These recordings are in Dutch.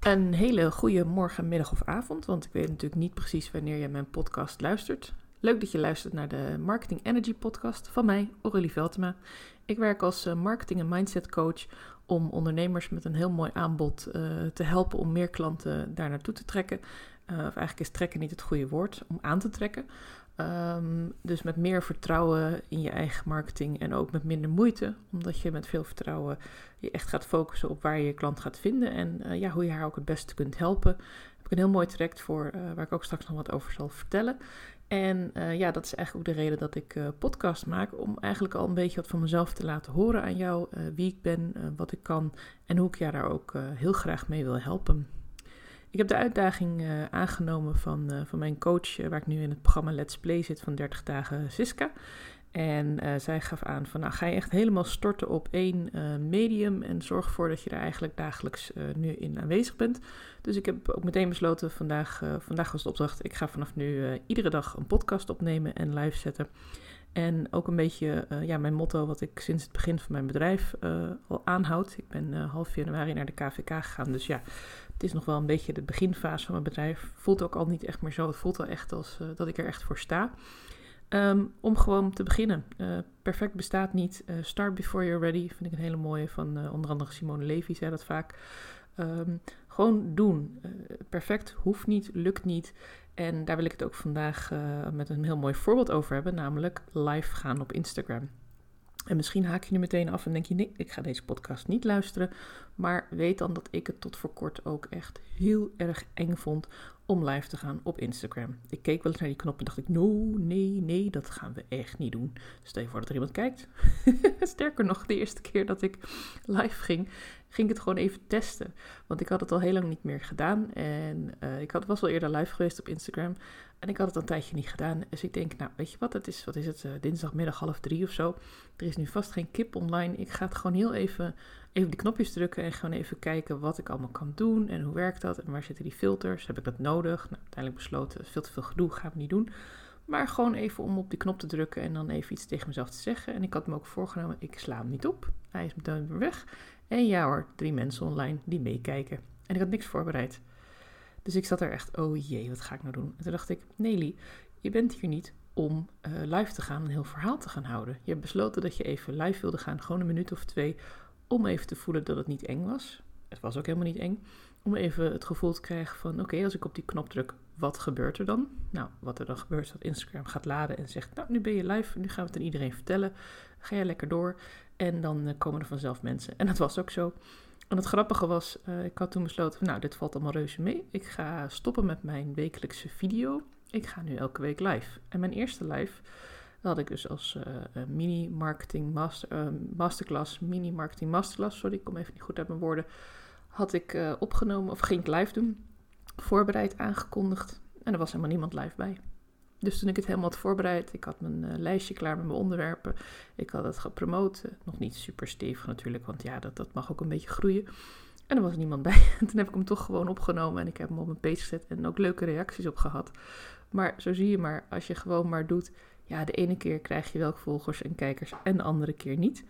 Een hele goede morgen, middag of avond, want ik weet natuurlijk niet precies wanneer je mijn podcast luistert. Leuk dat je luistert naar de Marketing Energy podcast van mij, Aurélie Veltema. Ik werk als marketing- en mindset coach om ondernemers met een heel mooi aanbod te helpen om meer klanten daar naartoe te trekken. Of eigenlijk is trekken niet het goede woord, om aan te trekken. Dus met meer vertrouwen in je eigen marketing en ook met minder moeite, omdat je met veel vertrouwen je echt gaat focussen op waar je je klant gaat vinden en hoe je haar ook het beste kunt helpen. Daar heb ik een heel mooi traject voor, waar ik ook straks nog wat over zal vertellen. En dat is eigenlijk ook de reden dat ik podcast maak, om eigenlijk al een beetje wat van mezelf te laten horen aan jou, wie ik ben, wat ik kan en hoe ik jou daar ook heel graag mee wil helpen. Ik heb de uitdaging aangenomen van mijn coach, waar ik nu in het programma Let's Play zit van 30 dagen, Siska. En zij gaf aan van, nou ga je echt helemaal storten op één medium en zorg ervoor dat je er eigenlijk dagelijks nu in aanwezig bent. Dus ik heb ook meteen besloten, vandaag was de opdracht, ik ga vanaf nu iedere dag een podcast opnemen en live zetten. En ook een beetje mijn motto wat ik sinds het begin van mijn bedrijf al aanhoud. Ik ben half januari naar de KVK gegaan, dus ja, het is nog wel een beetje de beginfase van mijn bedrijf. Voelt ook al niet echt meer zo, het voelt wel echt als dat ik er echt voor sta. Om gewoon te beginnen. Perfect bestaat niet. Start before you're ready, vind ik een hele mooie van onder andere Simone Levy zei dat vaak. Gewoon doen. Perfect hoeft niet, lukt niet. En daar wil ik het ook vandaag met een heel mooi voorbeeld over hebben, namelijk live gaan op Instagram. En misschien haak je nu meteen af en denk je, nee, ik ga deze podcast niet luisteren. Maar weet dan dat ik het tot voor kort ook echt heel erg eng vond om live te gaan op Instagram. Ik keek wel eens naar die knop en dacht ik, nee, dat gaan we echt niet doen. Stel je voor dat er iemand kijkt. Sterker nog, de eerste keer dat ik live ging ik het gewoon even testen. Want ik had het al heel lang niet meer gedaan. En was wel eerder live geweest op Instagram. En ik had het een tijdje niet gedaan. Dus ik denk, nou, weet je wat is het, dinsdagmiddag 2:30 of zo. Er is nu vast geen kip online. Ik ga het gewoon heel even die knopjes drukken en gewoon even kijken wat ik allemaal kan doen. En hoe werkt dat? En waar zitten die filters? Heb ik dat nodig? Nou, uiteindelijk besloten, veel te veel gedoe, gaan we niet doen. Maar gewoon even om op die knop te drukken en dan even iets tegen mezelf te zeggen. En ik had me ook voorgenomen, ik sla hem niet op. Hij is meteen weer weg. En ja hoor, 3 mensen online die meekijken. En ik had niks voorbereid. Dus ik zat er echt, oh jee, wat ga ik nou doen? En toen dacht ik, Nelly, je bent hier niet om live te gaan en een heel verhaal te gaan houden. Je hebt besloten dat je even live wilde gaan, gewoon 1 minuut of 2, om even te voelen dat het niet eng was. Het was ook helemaal niet eng. Om even het gevoel te krijgen van, oké, als ik op die knop druk, wat gebeurt er dan? Nou, wat er dan gebeurt is dat Instagram gaat laden en zegt, nou, nu ben je live, nu gaan we het aan iedereen vertellen. Ga jij lekker door en dan komen er vanzelf mensen. En dat was ook zo. En het grappige was, ik had toen besloten, nou, dit valt allemaal reuze mee. Ik ga stoppen met mijn wekelijkse video. Ik ga nu elke week live. En mijn eerste live had ik dus als mini-marketing masterclass, sorry, ik kom even niet goed uit mijn woorden, had ik opgenomen, of ging ik live doen, voorbereid, aangekondigd. En er was helemaal niemand live bij. Dus toen ik het helemaal had voorbereid, ik had mijn lijstje klaar met mijn onderwerpen. Ik had het gepromoot, nog niet super stevig natuurlijk, want ja, dat mag ook een beetje groeien. En er was niemand bij. En toen heb ik hem toch gewoon opgenomen en ik heb hem op mijn page gezet en ook leuke reacties op gehad. Maar zo zie je maar, als je gewoon maar doet, ja, de ene keer krijg je wel volgers en kijkers en de andere keer niet.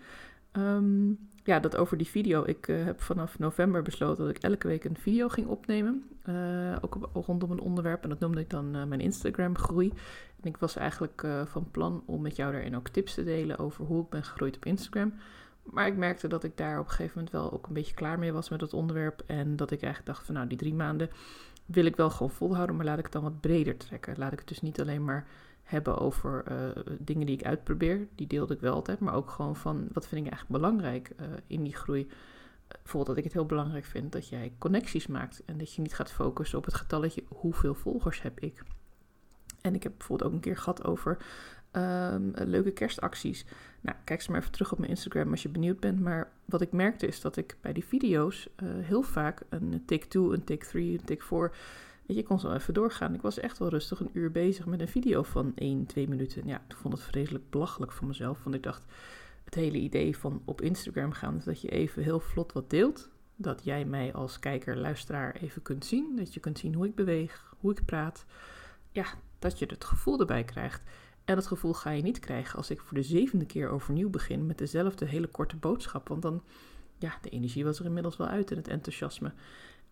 Dat over die video. Ik heb vanaf november besloten dat ik elke week een video ging opnemen. Ook rondom een onderwerp. En dat noemde ik dan mijn Instagram groei. En ik was eigenlijk van plan om met jou daarin ook tips te delen over hoe ik ben gegroeid op Instagram. Maar ik merkte dat ik daar op een gegeven moment wel ook een beetje klaar mee was met dat onderwerp. En dat ik eigenlijk dacht van nou, die 3 maanden wil ik wel gewoon volhouden. Maar laat ik het dan wat breder trekken. Laat ik het dus niet alleen maar hebben over dingen die ik uitprobeer. Die deelde ik wel altijd. Maar ook gewoon van wat vind ik eigenlijk belangrijk in die groei. Bijvoorbeeld dat ik het heel belangrijk vind dat jij connecties maakt. En dat je niet gaat focussen op het getalletje hoeveel volgers heb ik. En ik heb bijvoorbeeld ook een keer gehad over leuke kerstacties. Nou, kijk eens maar even terug op mijn Instagram als je benieuwd bent. Maar wat ik merkte is dat ik bij die video's heel vaak een take 2, een take 3, een take 4... Weet je, ik kon zo even doorgaan. Ik was echt wel rustig 1 uur bezig met een video van 1-2 minuten. Ja, ik vond het vreselijk belachelijk voor mezelf. Want ik dacht, het hele idee van op Instagram gaan is dat je even heel vlot wat deelt. Dat jij mij als kijker, luisteraar even kunt zien. Dat je kunt zien hoe ik beweeg, hoe ik praat. Ja, dat je het gevoel erbij krijgt. En dat gevoel ga je niet krijgen als ik voor de 7e keer overnieuw begin met dezelfde hele korte boodschap. Want dan, ja, de energie was er inmiddels wel uit en het enthousiasme.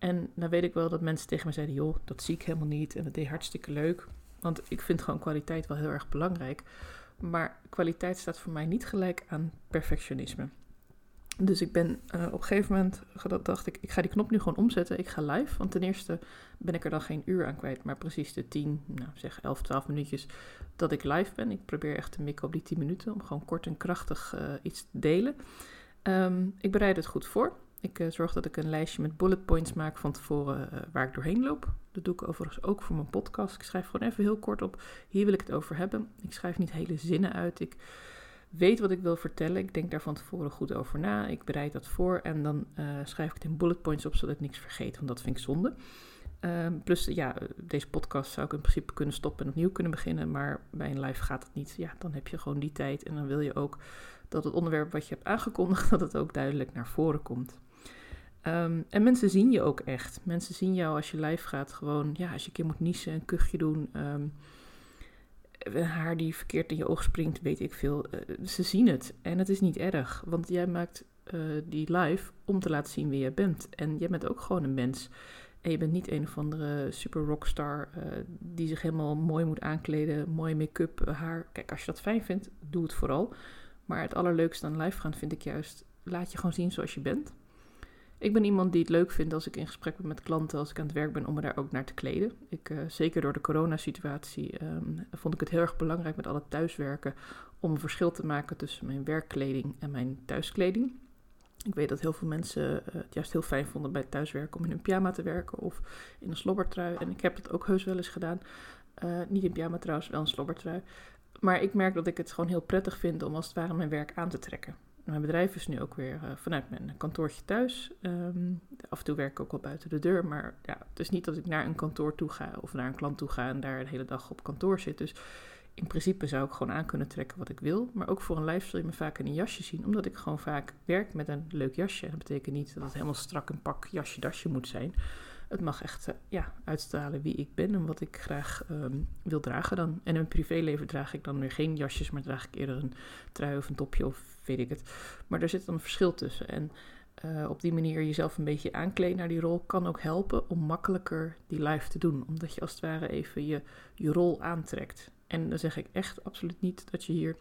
En dan weet ik wel dat mensen tegen me zeiden, joh, dat zie ik helemaal niet en dat deed hartstikke leuk. Want ik vind gewoon kwaliteit wel heel erg belangrijk. Maar kwaliteit staat voor mij niet gelijk aan perfectionisme. Dus ik ben op een gegeven moment, dacht ik ga die knop nu gewoon omzetten. Ik ga live, want ten eerste ben ik er dan geen uur aan kwijt, maar precies de 11, 12 minuutjes dat ik live ben. Ik probeer echt te mikken op die 10 minuten om gewoon kort en krachtig iets te delen. Ik bereid het goed voor. Ik zorg dat ik een lijstje met bullet points maak van tevoren waar ik doorheen loop. Dat doe ik overigens ook voor mijn podcast. Ik schrijf gewoon even heel kort op, hier wil ik het over hebben. Ik schrijf niet hele zinnen uit. Ik weet wat ik wil vertellen. Ik denk daar van tevoren goed over na. Ik bereid dat voor en dan schrijf ik het in bullet points op, zodat ik niks vergeet, want dat vind ik zonde. Plus, deze podcast zou ik in principe kunnen stoppen en opnieuw kunnen beginnen, maar bij een live gaat het niet. Ja, dan heb je gewoon die tijd en dan wil je ook dat het onderwerp wat je hebt aangekondigd, dat het ook duidelijk naar voren komt. En mensen zien je ook echt. Mensen zien jou als je live gaat gewoon, als je een keer moet niezen, een kuchje doen, een haar die verkeerd in je oog springt, weet ik veel. Ze zien het en het is niet erg, want jij maakt die live om te laten zien wie jij bent. En jij bent ook gewoon een mens. En je bent niet een of andere super rockstar die zich helemaal mooi moet aankleden, mooie make-up, haar. Kijk, als je dat fijn vindt, doe het vooral. Maar het allerleukste aan live gaan vind ik juist, laat je gewoon zien zoals je bent. Ik ben iemand die het leuk vindt als ik in gesprek ben met klanten, als ik aan het werk ben, om me daar ook naar te kleden. Zeker door de coronasituatie vond ik het heel erg belangrijk met al het thuiswerken om een verschil te maken tussen mijn werkkleding en mijn thuiskleding. Ik weet dat heel veel mensen het juist heel fijn vonden bij het thuiswerken om in een pyjama te werken of in een slobbertrui. En ik heb het ook heus wel eens gedaan. Niet in pyjama trouwens, wel een slobbertrui. Maar ik merk dat ik het gewoon heel prettig vind om als het ware mijn werk aan te trekken. Mijn bedrijf is nu ook weer vanuit mijn kantoortje thuis. Af en toe werk ik ook wel buiten de deur. Maar het is niet dat ik naar een kantoor toe ga of naar een klant toe ga en daar de hele dag op kantoor zit. Dus in principe zou ik gewoon aan kunnen trekken wat ik wil. Maar ook voor een live zul je me vaak in een jasje zien. Omdat ik gewoon vaak werk met een leuk jasje. Dat betekent niet dat het helemaal strak een pak jasje-dasje moet zijn. Het mag echt uitstralen wie ik ben en wat ik graag wil dragen dan. En in mijn privéleven draag ik dan weer geen jasjes, maar draag ik eerder een trui of een topje of weet ik het. Maar er zit dan een verschil tussen. En op die manier jezelf een beetje aankleden naar die rol kan ook helpen om makkelijker die live te doen. Omdat je als het ware even je rol aantrekt. En dan zeg ik echt absoluut niet dat je hier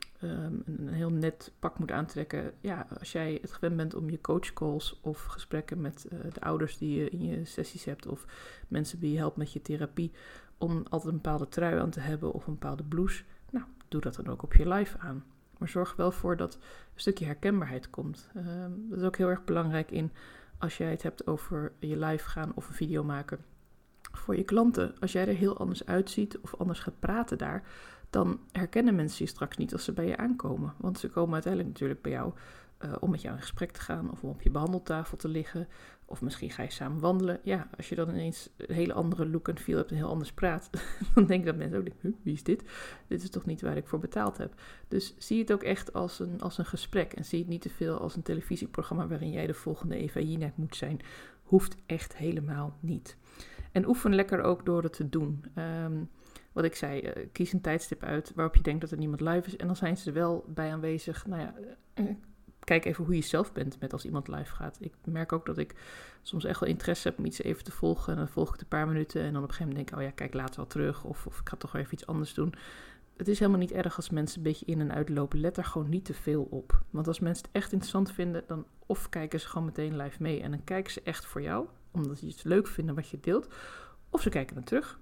een heel net pak moet aantrekken. Ja, als jij het gewend bent om je coachcalls of gesprekken met de ouders die je in je sessies hebt of mensen die je helpt met je therapie, om altijd een bepaalde trui aan te hebben of een bepaalde blouse, nou, doe dat dan ook op je live aan. Maar zorg er wel voor dat een stukje herkenbaarheid komt. Dat is ook heel erg belangrijk als jij het hebt over je live gaan of een video maken voor je klanten. Als jij er heel anders uitziet of anders gaat praten daar, dan herkennen mensen je straks niet als ze bij je aankomen. Want ze komen uiteindelijk natuurlijk bij jou om met jou in gesprek te gaan of om op je behandeltafel te liggen. Of misschien ga je samen wandelen. Ja, als je dan ineens een hele andere look en feel hebt en heel anders praat, dan denken dat mensen ook, wie is dit? Dit is toch niet waar ik voor betaald heb. Dus zie het ook echt als een gesprek. En zie het niet te veel als een televisieprogramma waarin jij de volgende Eva Jinek moet zijn. Hoeft echt helemaal niet. En oefen lekker ook door het te doen. Wat ik zei, kies een tijdstip uit waarop je denkt dat er niemand live is. En dan zijn ze er wel bij aanwezig. Nou ja, kijk even hoe je zelf bent met als iemand live gaat. Ik merk ook dat ik soms echt wel interesse heb om iets even te volgen. En dan volg ik het een paar minuten en dan op een gegeven moment denk ik, kijk, later wel terug. Of ik ga toch wel even iets anders doen. Het is helemaal niet erg als mensen een beetje in en uitlopen. Let er gewoon niet te veel op. Want als mensen het echt interessant vinden, dan of kijken ze gewoon meteen live mee. En dan kijken ze echt voor jou, omdat ze iets leuk vinden wat je deelt. Of ze kijken dan terug.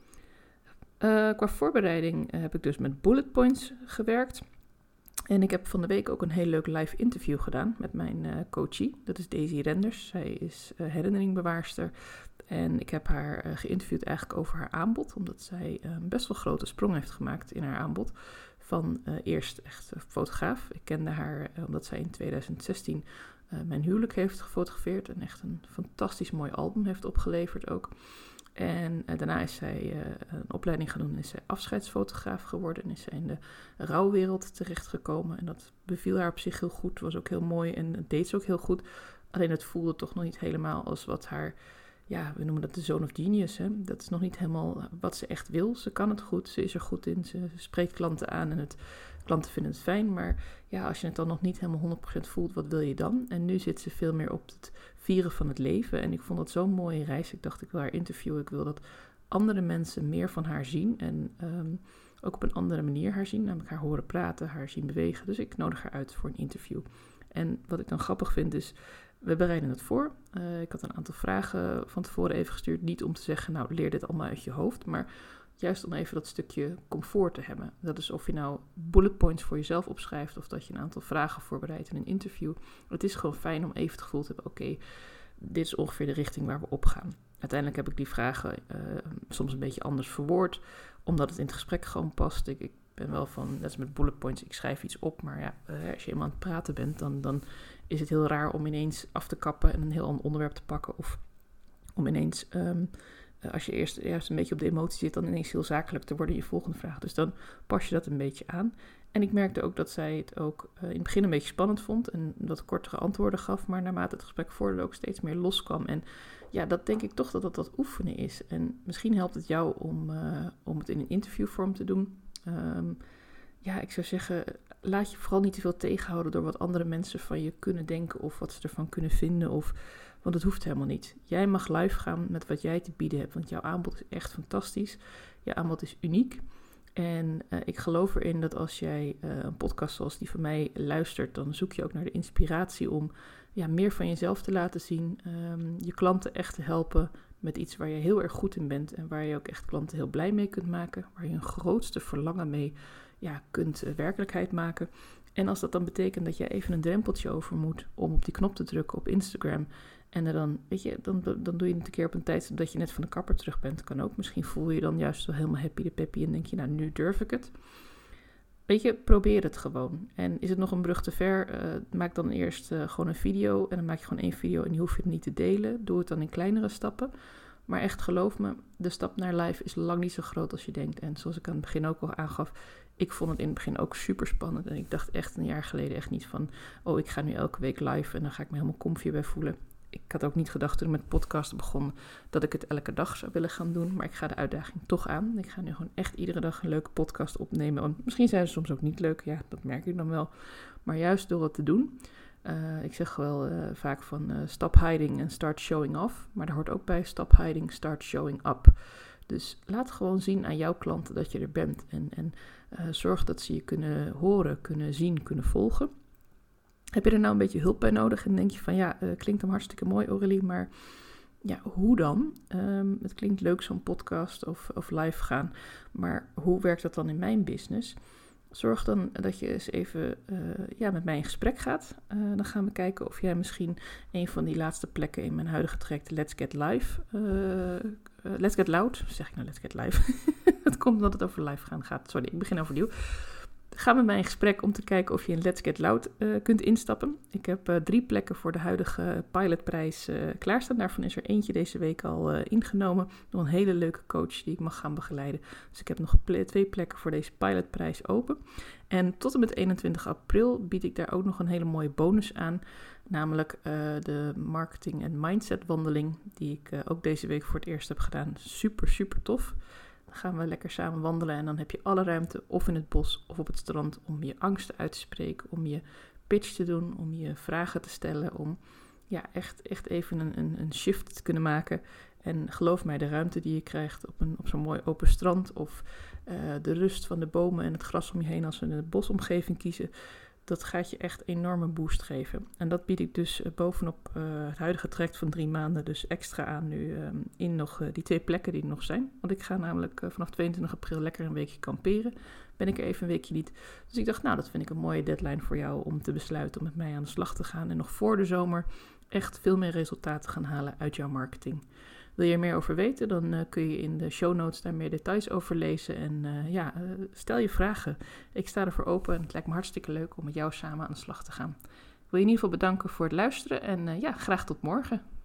Qua voorbereiding heb ik dus met bullet points gewerkt. En ik heb van de week ook een heel leuk live interview gedaan met mijn coachie. Dat is Daisy Renders. Zij is herinneringbewaarster. En ik heb haar geïnterviewd eigenlijk over haar aanbod. Omdat zij een best wel grote sprong heeft gemaakt in haar aanbod. Van eerst echt fotograaf. Ik kende haar omdat zij in 2016 mijn huwelijk heeft gefotografeerd. En echt een fantastisch mooi album heeft opgeleverd ook. En daarna is zij een opleiding gaan doen en is zij afscheidsfotograaf geworden. En is zij in de rouwwereld terechtgekomen. En dat beviel haar op zich heel goed, was ook heel mooi en het deed ze ook heel goed. Alleen het voelde toch nog niet helemaal als wat haar we noemen dat de zone of genius. Hè? Dat is nog niet helemaal wat ze echt wil. Ze kan het goed, ze is er goed in, ze spreekt klanten aan en klanten vinden het fijn. Maar ja, als je het dan nog niet helemaal 100% voelt, wat wil je dan? En nu zit ze veel meer op het vieren van het leven. En ik vond dat zo'n mooie reis. Ik dacht, ik wil haar interviewen. Ik wil dat andere mensen meer van haar zien. En ook op een andere manier haar zien. Namelijk haar horen praten, haar zien bewegen. Dus ik nodig haar uit voor een interview. En wat ik dan grappig vind is, we bereiden het voor. Ik had een aantal vragen van tevoren even gestuurd. Niet om te zeggen, nou leer dit allemaal uit je hoofd. Maar juist om even dat stukje comfort te hebben. Dat is of je nou bullet points voor jezelf opschrijft. Of dat je een aantal vragen voorbereidt in een interview. Het is gewoon fijn om even het gevoel te hebben. Oké, dit is ongeveer de richting waar we op gaan. Uiteindelijk heb ik die vragen soms een beetje anders verwoord. Omdat het in het gesprek gewoon past. Ik ben wel van, net als met bullet points, ik schrijf iets op. Maar ja, als je helemaal aan het praten bent, dan is het heel raar om ineens af te kappen en een heel ander onderwerp te pakken. Of om ineens, als je eerst een beetje op de emotie zit, dan ineens heel zakelijk te worden in je volgende vraag. Dus dan pas je dat een beetje aan. En ik merkte ook dat zij het ook in het begin een beetje spannend vond en wat kortere antwoorden gaf. Maar naarmate het gesprek vorderde ook steeds meer loskwam. En ja, dat denk ik toch dat dat oefenen is. En misschien helpt het jou om het in een interviewvorm te doen. Ik zou zeggen, laat je vooral niet te veel tegenhouden door wat andere mensen van je kunnen denken of wat ze ervan kunnen vinden. Want het hoeft helemaal niet. Jij mag live gaan met wat jij te bieden hebt, want jouw aanbod is echt fantastisch. Jouw aanbod is uniek. En ik geloof erin dat als jij een podcast zoals die van mij luistert, dan zoek je ook naar de inspiratie om meer van jezelf te laten zien. Je klanten echt te helpen met iets waar je heel erg goed in bent en waar je ook echt klanten heel blij mee kunt maken. Waar je hun grootste verlangen mee kunt werkelijkheid maken. En als dat dan betekent dat je even een drempeltje over moet om op die knop te drukken op Instagram. En dan doe je het een keer op een tijdstip dat je net van de kapper terug bent. Kan ook. Misschien voel je je dan juist wel helemaal happy de peppy en denk je, nou nu durf ik het. Weet je, probeer het gewoon. En is het nog een brug te ver, maak dan eerst gewoon een video. En dan maak je gewoon 1 video en die hoef je niet te delen. Doe het dan in kleinere stappen. Maar echt geloof me, de stap naar live is lang niet zo groot als je denkt. En zoals ik aan het begin ook al aangaf, ik vond het in het begin ook super spannend. En ik dacht echt een jaar geleden echt niet van, ik ga nu elke week live en dan ga ik me helemaal comfy bij voelen. Ik had ook niet gedacht toen ik met podcasten begon dat ik het elke dag zou willen gaan doen. Maar ik ga de uitdaging toch aan. Ik ga nu gewoon echt iedere dag een leuke podcast opnemen. Want misschien zijn ze soms ook niet leuk. Ja, dat merk ik dan wel. Maar juist door het te doen. Ik zeg wel vaak van stop hiding en start showing off. Maar daar hoort ook bij stop hiding, start showing up. Dus laat gewoon zien aan jouw klanten dat je er bent. En zorg dat ze je kunnen horen, kunnen zien, kunnen volgen. Heb je er nou een beetje hulp bij nodig en denk je van klinkt hem hartstikke mooi Aurélie, maar hoe dan? Het klinkt leuk zo'n podcast of live gaan, maar hoe werkt dat dan in mijn business? Zorg dan dat je eens even met mij in gesprek gaat. Dan gaan we kijken of jij misschien een van die laatste plekken in mijn huidige traject Let's Get Live, Let's Get Loud, zeg ik nou Let's Get Live? Het komt omdat het over live gaan gaat. Sorry, ik begin overnieuw. Ga met mij in gesprek om te kijken of je in Let's Get Loud kunt instappen. Ik heb 3 plekken voor de huidige pilotprijs klaarstaan. Daarvan is er eentje deze week al ingenomen door een hele leuke coach die ik mag gaan begeleiden. Dus ik heb nog 2 plekken voor deze pilotprijs open. En tot en met 21 april bied ik daar ook nog een hele mooie bonus aan. Namelijk de marketing en mindset wandeling die ik ook deze week voor het eerst heb gedaan. Super, super tof. Dan gaan we lekker samen wandelen en dan heb je alle ruimte of in het bos of op het strand om je angsten uit te spreken, om je pitch te doen, om je vragen te stellen, om echt even een shift te kunnen maken. En geloof mij, de ruimte die je krijgt op zo'n mooi open strand of de rust van de bomen en het gras om je heen als we in de bosomgeving kiezen, dat gaat je echt een enorme boost geven. En dat bied ik dus bovenop het huidige traject van 3 maanden dus extra aan nu in nog die 2 plekken die er nog zijn. Want ik ga namelijk vanaf 22 april lekker een weekje kamperen. Ben ik er even een weekje niet. Dus ik dacht, dat vind ik een mooie deadline voor jou om te besluiten om met mij aan de slag te gaan. En nog voor de zomer echt veel meer resultaten gaan halen uit jouw marketing. Wil je er meer over weten, dan kun je in de show notes daar meer details over lezen. En stel je vragen. Ik sta ervoor open en het lijkt me hartstikke leuk om met jou samen aan de slag te gaan. Ik wil je in ieder geval bedanken voor het luisteren en graag tot morgen.